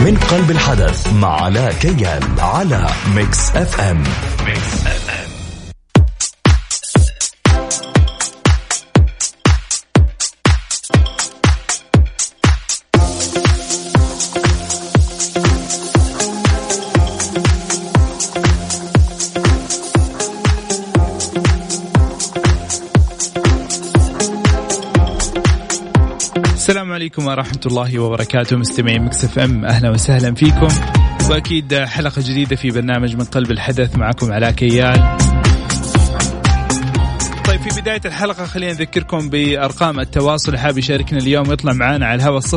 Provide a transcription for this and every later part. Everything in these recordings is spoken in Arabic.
من قلب الحدث مع علاء كيال على ميكس اف ام. السلام عليكم ورحمة الله وبركاته. مستمعين ميكس اف ام، أهلا وسهلا فيكم، وأكيد حلقة جديدة في برنامج من قلب الحدث. معكم علاء كيال. طيب، في بداية الحلقة خلينا نذكركم بأرقام التواصل. حاب يشاركنا اليوم يطلع معنا على الهواء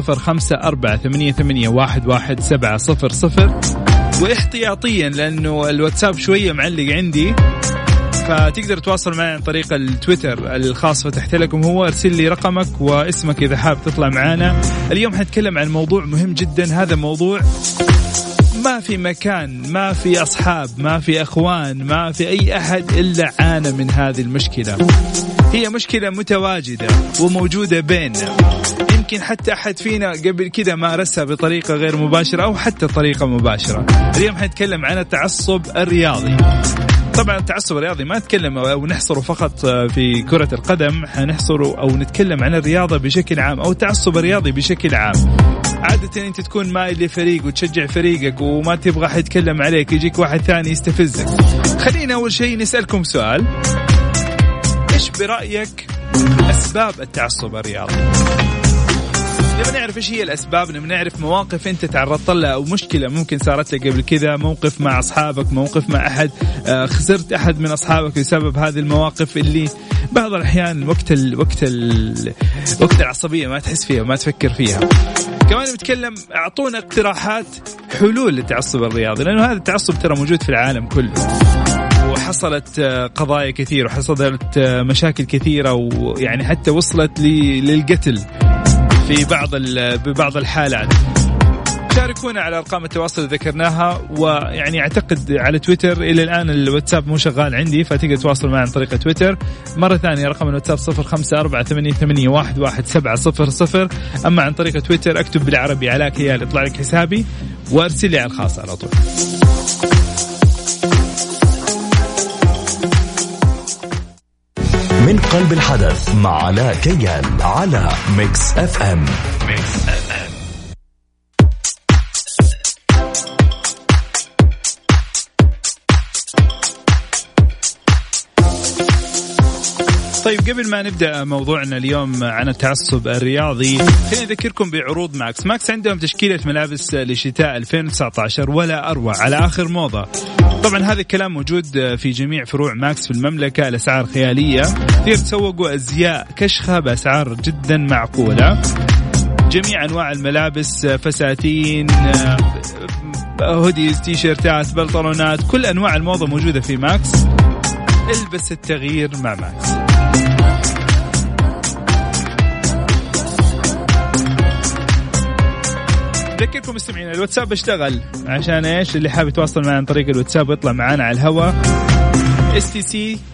0548811700، واحتياطيا لأنه الواتساب شوية معلق عندي، فتقدر تواصل معي عن طريق التويتر الخاص فتحت لكم، هو ارسل لي رقمك واسمك إذا حاب تطلع معنا. اليوم حنتكلم عن موضوع مهم جدا. هذا موضوع ما في مكان، ما في أصحاب، ما في أخوان، ما في أي أحد إلا عانى من هذه المشكلة. هي مشكلة متواجدة وموجودة بيننا، يمكن حتى أحد فينا قبل كده مارسها بطريقة غير مباشرة أو حتى طريقة مباشرة. اليوم حنتكلم عن التعصب الرياضي. طبعا التعصب الرياضي ما نتكلم أو نحصره فقط في كرة القدم، حنحصره أو نتكلم عن الرياضة بشكل عام أو التعصب الرياضي بشكل عام. عادة أنت تكون مايل لفريق وتشجع فريقك وما تبغى حد يتكلم عليك، يجيك واحد ثاني يستفزك. خلينا أول شيء نسألكم سؤال: إيش برأيك أسباب التعصب الرياضي؟ نبغى نعرف إيش هي الأسباب، نبغى نعرف مواقف أنت تعرضت لها أو مشكلة ممكن صارت لك قبل كذا، موقف مع أصحابك، موقف مع أحد، خسرت أحد من أصحابك بسبب هذه المواقف اللي بعض الأحيان وقت العصبية ما تحس فيها وما تفكر فيها. كمان بتكلم، أعطونا اقتراحات حلول للتعصب الرياضي، لأنه هذا التعصب ترى موجود في العالم كله، وحصلت قضايا كثير وحصلت مشاكل كثيرة، ويعني حتى وصلت للقتل في ببعض الحالات. شاركونا على أرقام التواصل اللي ذكرناها، ويعني أعتقد على تويتر إلى الآن الواتساب مو شغال عندي، فتقدر تواصل معي عن طريق تويتر. مرة ثانية رقم الواتساب 0548811700. أما عن طريق تويتر اكتب بالعربي علاء كيال، يطلع لك حسابي وارسل لي على الخاص على طول. من قلب الحدث مع علاء كيال على ميكس اف ام. طيب، قبل ما نبدأ موضوعنا اليوم عن التعصب الرياضي، خلينا نذكركم بعروض ماكس. ماكس عندهم تشكيلة ملابس لشتاء 2019 ولا أروع، على آخر موضة. طبعا هذا الكلام موجود في جميع فروع ماكس في المملكة، الأسعار خيالية، تقدر تسوقوا أزياء كشخة بأسعار جدا معقولة. جميع أنواع الملابس، فساتين، هوديز، تيشيرتات، بنطلونات، كل أنواع الموضة موجودة في ماكس. البس التغيير مع ماكس. أذكركم مستمعين الواتساب اشتغل، عشان إيش اللي حاب يتواصل معنا عن طريق الواتساب ويطلع معنا على الهواء. STC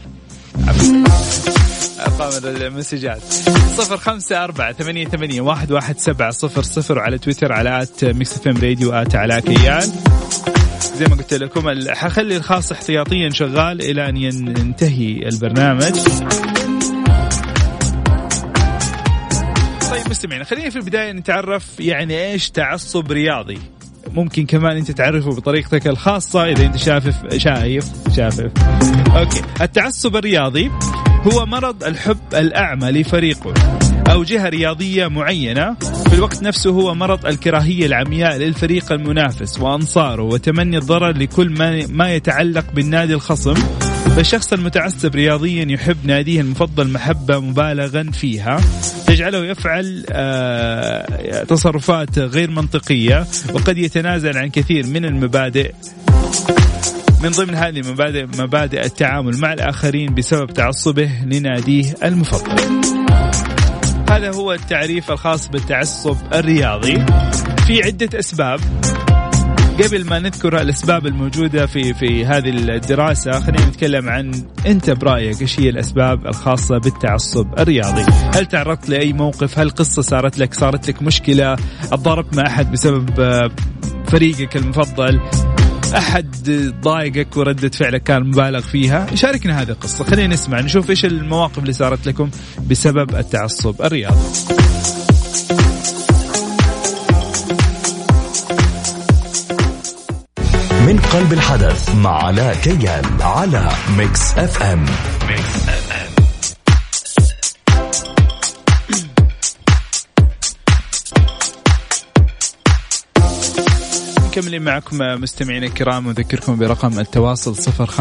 أرقام المسجات 0548811700، وعلى تويتر على @mixfmradio @علاء كيال. زي ما قلت لكم حخلي الخاص احتياطيا شغال إلى أن ينتهي البرنامج. طيب مستمعين، خلينا في البداية نتعرف يعني إيش تعصب رياضي. ممكن كمان أنت تعرفه بطريقتك الخاصة إذا أنت شايف. أوكي، التعصب الرياضي هو مرض الحب الأعمى لفريقه أو جهة رياضية معينة، في الوقت نفسه هو مرض الكراهية العمياء للفريق المنافس وأنصاره، وتمني الضرر لكل ما يتعلق بالنادي الخصم. فالشخص المتعصب رياضيا يحب ناديه المفضل محبة مبالغا فيها تجعله يفعل تصرفات غير منطقية، وقد يتنازل عن كثير من المبادئ. من ضمن هذه مبادئ التعامل مع الآخرين بسبب تعصبه لناديه المفضل. هذا هو التعريف الخاص بالتعصب الرياضي. في عدة أسباب. قبل ما نذكر الأسباب الموجودة في هذه الدراسة، خلينا نتكلم عن أنت برأيك إيش هي الأسباب الخاصة بالتعصب الرياضي. هل تعرضت لأي موقف؟ هل قصة صارت لك مشكلة؟ اتضاربت مع أحد بسبب فريقك المفضل، أحد ضايقك وردة فعلك كان مبالغ فيها، شاركنا هذه القصة. خلينا نسمع نشوف إيش المواقف اللي صارت لكم بسبب التعصب الرياضي. من قلب الحدث مع علاء كيال على ميكس اف ام. مكملين معكم مستمعينا الكرام، وذكركم برقم التواصل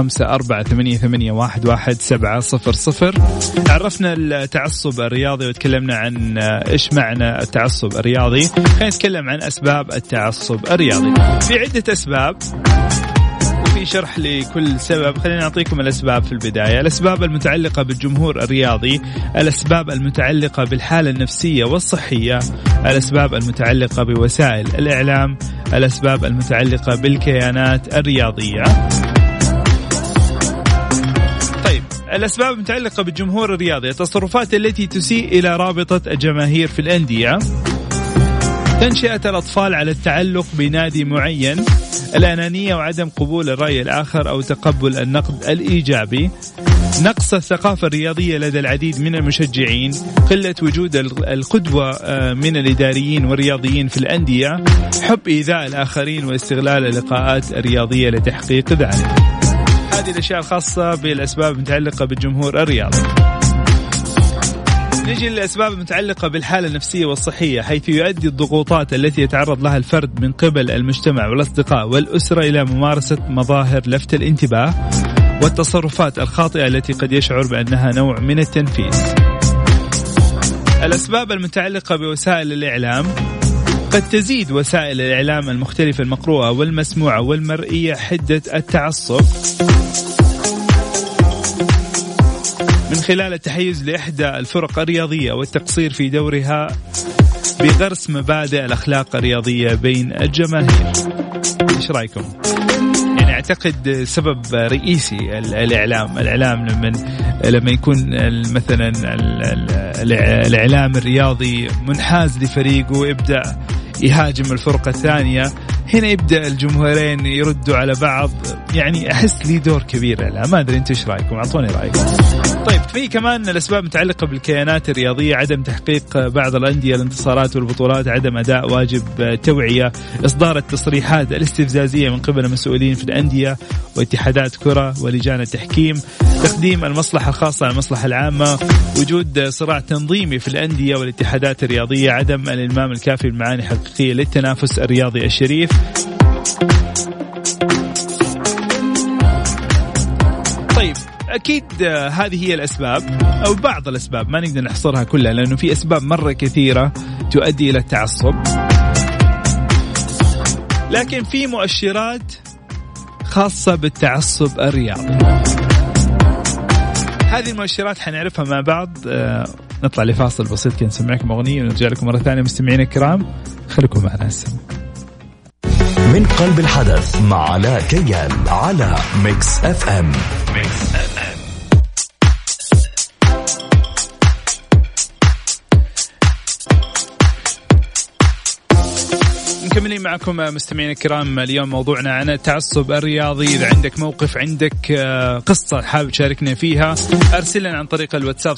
0548811700. عرفنا التعصب الرياضي وتكلمنا عن إيش معنى التعصب الرياضي. خلينا نتكلم عن أسباب التعصب الرياضي. في عدة أسباب وفي شرح لكل سبب. خلينا نعطيكم الأسباب في البداية. الأسباب المتعلقة بالجمهور الرياضي، الأسباب المتعلقة بالحالة النفسية والصحية، الأسباب المتعلقة بوسائل الإعلام، الأسباب المتعلقة بالكيانات الرياضية. طيب، الأسباب المتعلقة بالجمهور الرياضي: التصرفات التي تسيء إلى رابطة الجماهير في الأندية، تنشئة الأطفال على التعلق بنادي معين، الأنانية وعدم قبول الرأي الآخر أو تقبل النقد الإيجابي، نقص الثقافة الرياضية لدى العديد من المشجعين، قلة وجود القدوة من الإداريين والرياضيين في الأندية، حب إيذاء الآخرين واستغلال اللقاءات الرياضية لتحقيق ذلك. هذه الأشياء الخاصة بالأسباب المتعلقة بالجمهور الرياضي. نجي للأسباب المتعلقة بالحالة النفسية والصحية، حيث يؤدي الضغوطات التي يتعرض لها الفرد من قبل المجتمع والأصدقاء والأسرة إلى ممارسة مظاهر لفت الانتباه والتصرفات الخاطئة التي قد يشعر بأنها نوع من التنفيس. الأسباب المتعلقة بوسائل الإعلام: قد تزيد وسائل الإعلام المختلفة المقروءة والمسموعة والمرئية حدة التعصب من خلال التحيز لإحدى الفرق الرياضية والتقصير في دورها بغرس مبادئ الأخلاق الرياضية بين الجماهير. إيش رأيكم؟ يعني أعتقد سبب رئيسي الإعلام لما يكون مثلا الإعلام الرياضي منحاز لفريقه ويبدأ يهاجم الفرقة الثانية، هنا يبدأ الجمهورين يردوا على بعض. يعني أحس لي دور كبير. لا ما أدري أنتوا إيش رأيكم، أعطوني رأيكم. طيب، في كمان الأسباب متعلقة بالكيانات الرياضية: عدم تحقيق بعض الأندية الانتصارات والبطولات، عدم أداء واجب توعية، إصدار التصريحات الاستفزازية من قبل المسؤولين في الأندية واتحادات كرة ولجان التحكيم، تقديم المصلحة الخاصة على المصلحة العامة، وجود صراع تنظيمي في الأندية والاتحادات الرياضية، عدم الإلمام الكافي بمعاني حقيقية للتنافس الرياضي الشريف. طيب، أكيد هذه هي الأسباب أو بعض الأسباب، ما نقدر نحصرها كلها لأنه في أسباب مرة كثيرة تؤدي إلى التعصب، لكن في مؤشرات خاصة بالتعصب الرياضي. هذه المؤشرات حنعرفها مع بعض. نطلع لفاصل بسيط كي نسمعكم أغنية ونرجع لكم مرة ثانية. مستمعين الكرام، خليكم معنا هسه. من قلب الحدث مع علاء كيال على ميكس اف ام. مكملين معكم مستمعين الكرام. اليوم موضوعنا عن التعصب الرياضي. إذا عندك موقف، عندك قصة حابب تشاركنا فيها، أرسل لنا عن طريق الواتساب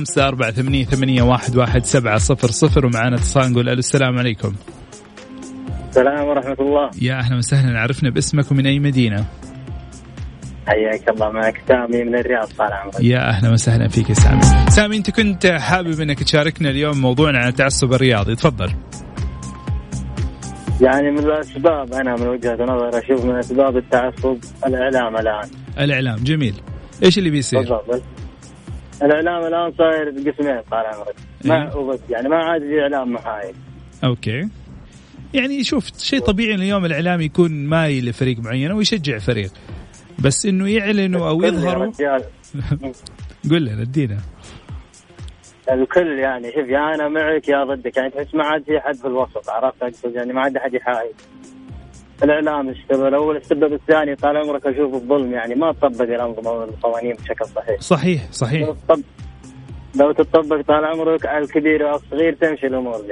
0548811700. ومعنا اتصال نقول ألو، السلام عليكم. السلام ورحمة الله. يا أهلا وسهلا، عرفنا باسمك ومن أي مدينة؟ حياك الله، معك سامي من الرياض. طال عمرك. يا أهلا وسهلا فيك يا سامي. سامي، أنت كنت حابب أنك تشاركنا اليوم موضوعنا عن التعصب الرياضي، تفضل. يعني من الأسباب، أنا من وجهة نظر أشوف من أسباب التعصب الإعلام الآن. الإعلام جميل. إيش اللي بيصير؟ بالضبط. الإعلام الآن صاير بقسمين طال عمرك. ما وبس، يعني ما عاد في إعلام محايد. أوكي. يعني شوف، شيء طبيعي إن اليوم الإعلام يكون مايل لفريق معين ويشجع فريق، بس إنه يعلنوا أو يظهروا. قل لنا، ادينا. الكل يعني شوف، يا أنا معك يا ضدك، يعني تحس ما عاد في حد في الوسط. عرفت أقصد؟ يعني ما عاد أحد يحايد. الإعلام السبب الأول. السبب الثاني طال عمرك أشوف الظلم، يعني ما تطبق الأنظمة والقوانين بشكل صحيح. صحيح. لو تطبق طال عمرك على الكبير والصغير تمشي الأمور زين.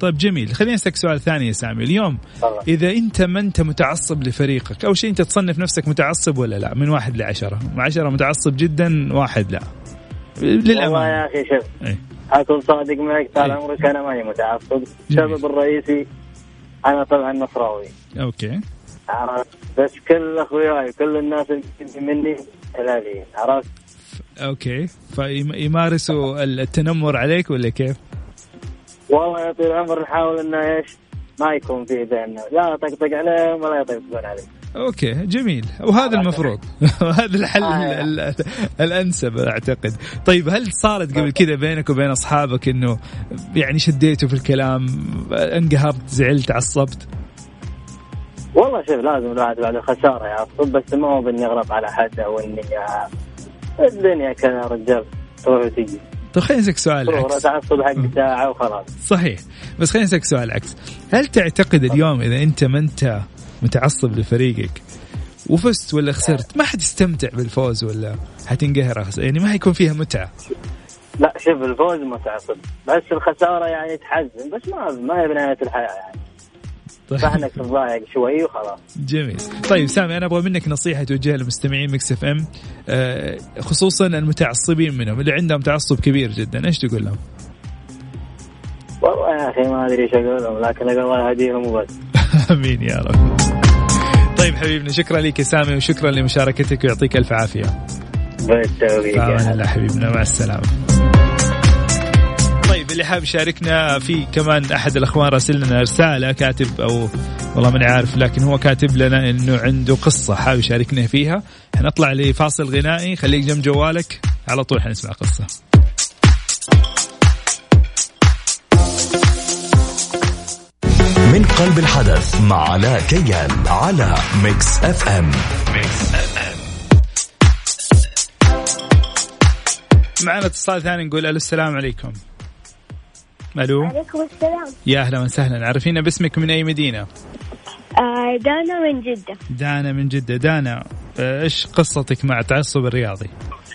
طيب جميل، خلينا نسألك سؤال ثاني يا سامي اليوم. إذا أنت ما أنت متعصب لفريقك، أول شيء أنت تصنف نفسك متعصب ولا لا؟ من 1 ل 10. 10 متعصب جدا، 1 لا. للأمانة والله يا أخي شوف، أكون صادق معك طال عمرك، أنا ماني متعصب. السبب الرئيسي أنا طبعا نصراوي. أوكي. بس كل أخوياي كل الناس اللي مني هلاليين، عرفت؟ أوكي، فيمارسوا التنمر عليك ولا كيف؟ والله يا طويل العمر نحاول إنه إيش ما يكون فيه بيننا، لا طقطق عليهم ولا يطقطقون علي. أوكي جميل، وهذا المفروض هذا الحل الأنسب أعتقد. طيب هل صارت قبل كذا بينك وبين أصحابك إنه يعني شديتوا في الكلام، انقهرت، زعلت، عصبت؟ والله شوف، لازم الواحد بعد الخسارة يعصب، بس ما هو بإني أغلط على حد أو إني الدنيا كذا رجال تروح وتيجي. طيب خلينا نسألك سؤال العكس. تعصب حق ساعة وخلاص. صحيح، بس خلينا نسألك سؤال العكس. هل تعتقد اليوم إذا أنت ما أنت متعصب لفريقك وفزت ولا خسرت، ما حد يستمتع بالفوز ولا حتنقهر؟ يعني ما حيكون فيها متعة. لا شوف، الفوز متعصب، بس الخسارة يعني تحزن، بس ما هي بنهاية الحياة يعني. فاحنا نضايق شوي وخلاص. جميل. طيب سامي، أنا أبغى منك نصيحة توجهها للمستمعين ميكس اف ام، خصوصا المتعصبين منهم اللي عندهم تعصب كبير جدا، إيش تقول لهم؟ والله يا أخي ما أدري إيش أقول لهم، لكن الله يهديهم وبس. آمين يا رب. طيب حبيبنا، شكرا لك يا سامي، وشكرا لمشاركتك، ويعطيك ألف عافية. بالتوفيق. الله حبيبنا، مع السلامة. طيب اللي حاب يشاركنا في كمان أحد الأخوان راسل لنا رسالة، كاتب أو والله ماني عارف، لكن هو كاتب لنا إنه عنده قصة حاب يشاركنا فيها. هنطلع لفاصل غنائي، خليك جنب جوالك على طول حنسمع قصة. من قلب الحدث مع علاء كيال على ميكس اف ام. معنا اتصال ثاني، نقول ألو السلام عليكم. ألو. عليكم السلام. يا أهلا وسهلا، عرفينا باسمك من أي مدينة؟ دانا من جدة. دانا من جدة. دانا، إيش قصتك مع التعصب الرياضي؟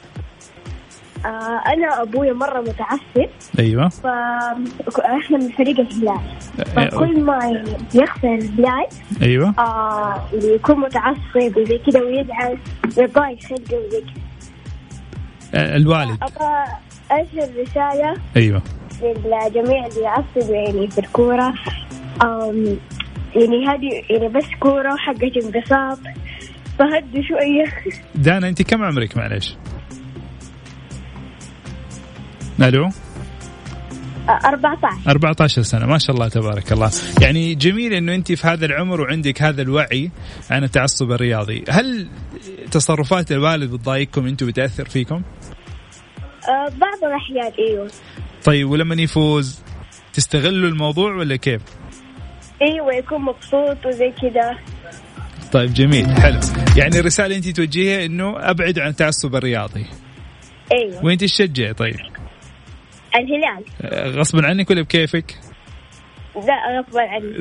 أنا أبويا مرة متعصب. أيوة. فإحنا من فريق الهلال، فكل ما يخسر الهلال أيوة اللي يكون متعصب وزي كده ويزعل ويضايق خلقه وزي كده. الوالد. أبغى أرسل رسالة. أيوة. للجميع اللي يعصب يعني في الكورة، يعني هذه يعني بس كورة وحقة انبساط، فهدوا شوية. دانا أنت كم عمرك معلش؟ ألو. 14 سنة، ما شاء الله تبارك الله. يعني جميل إنه أنت في هذا العمر وعندك هذا الوعي عن التعصب الرياضي. هل تصرفات الوالد بتضايقكم أنتوا، بتأثر فيكم؟ بعض الأحيان أيوه. طيب ولما يفوز تستغلوا الموضوع ولا كيف؟ أيوه، يكون مبسوط وزي كده. طيب جميل، حلو. يعني الرسالة أنت توجهيها إنه أبعد عن التعصب الرياضي. أيوه. وأنت تشجع؟ طيب الهلال. غصبا عنك ولا بكيفك؟ لا غصبا عني.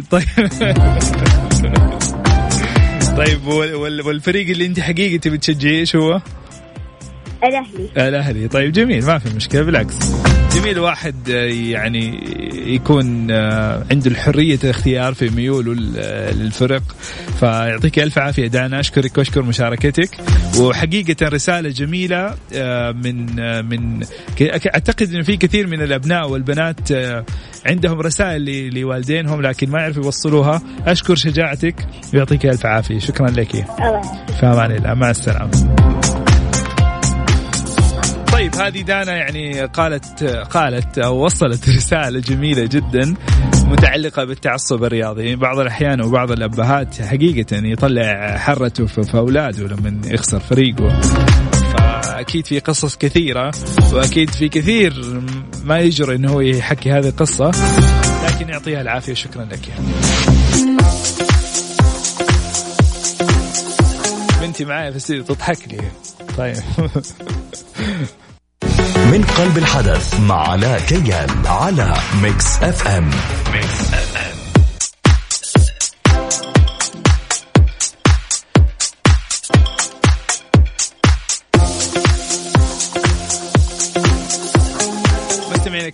طيب والفريق اللي أنت حقيقة بتشجعيه شو هو؟ الأهلي. طيب جميل، ما في مشكلة، بالعكس جميل واحد يعني يكون عنده الحرية الاختيار في ميوله للفرق. فيعطيك ألف عافية دانا، أشكرك وأشكر مشاركتك، وحقيقة رسالة جميلة من أعتقد إن في كثير من الأبناء والبنات عندهم رسائل لوالدينهم لكن ما يعرفوا يوصلوها. أشكر شجاعتك ويعطيك ألف عافية، شكرا لك. في أمان الله، مع السلامة. طيب هذه دانا يعني قالت أو وصلت رسالة جميلة جدا متعلقة بالتعصب الرياضي. بعض الأحيان وبعض الأبهات حقيقة يطلع حرته في أولاده لما يخسر فريقه. فأكيد في قصص كثيرة، وأكيد في كثير ما يجرؤ إنه هو يحكي هذه القصة، لكن يعطيها العافية. شكرا لك. بنتي معايا في الاستديو تضحك لي. طيب من قلب الحدث مع علاء كيال على ميكس اف ام.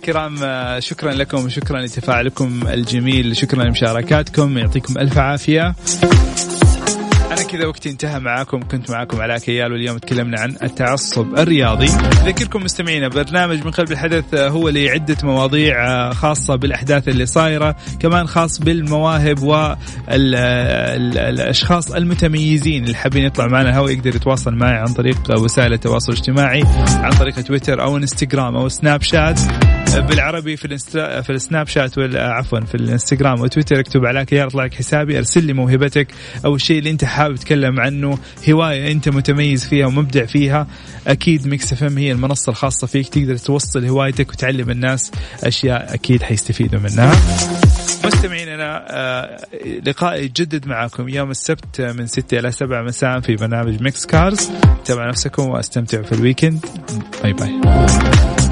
الكرام شكرا لكم وشكرا لتفاعلكم الجميل، شكرا لمشاركاتكم، يعطيكم ألف عافية. أنا كذا وقتي انتهى معاكم، كنت معاكم علاء كيال، واليوم تكلمنا عن التعصب الرياضي. أذكركم مستمعينا برنامج من قلب الحدث هو لعدة مواضيع خاصة بالأحداث اللي صايرة، كمان خاص بالمواهب والأشخاص المتميزين اللي حابين يطلع معنا الهواء يقدر يتواصل معي عن طريق وسائل التواصل الاجتماعي، عن طريق تويتر أو انستغرام أو سناب شات. بالعربي في السناب شات عفوا في الانستغرام وتويتر اكتب علاء كيال يطلع لك حسابي، ارسل لي موهبتك أو الشيء اللي انت حابب تتكلم عنه، هواية انت متميز فيها ومبدع فيها. اكيد ميكس اف ام هي المنصة الخاصة فيك، تقدر توصل هوايتك وتعلم الناس اشياء اكيد حيستفيدوا منها. مستمعيننا لقائي يتجدد معكم يوم السبت من 6 إلى 7 مساء في برنامج ميكس كارز. تابعوا نفسكم واستمتعوا في الويكند. باي باي.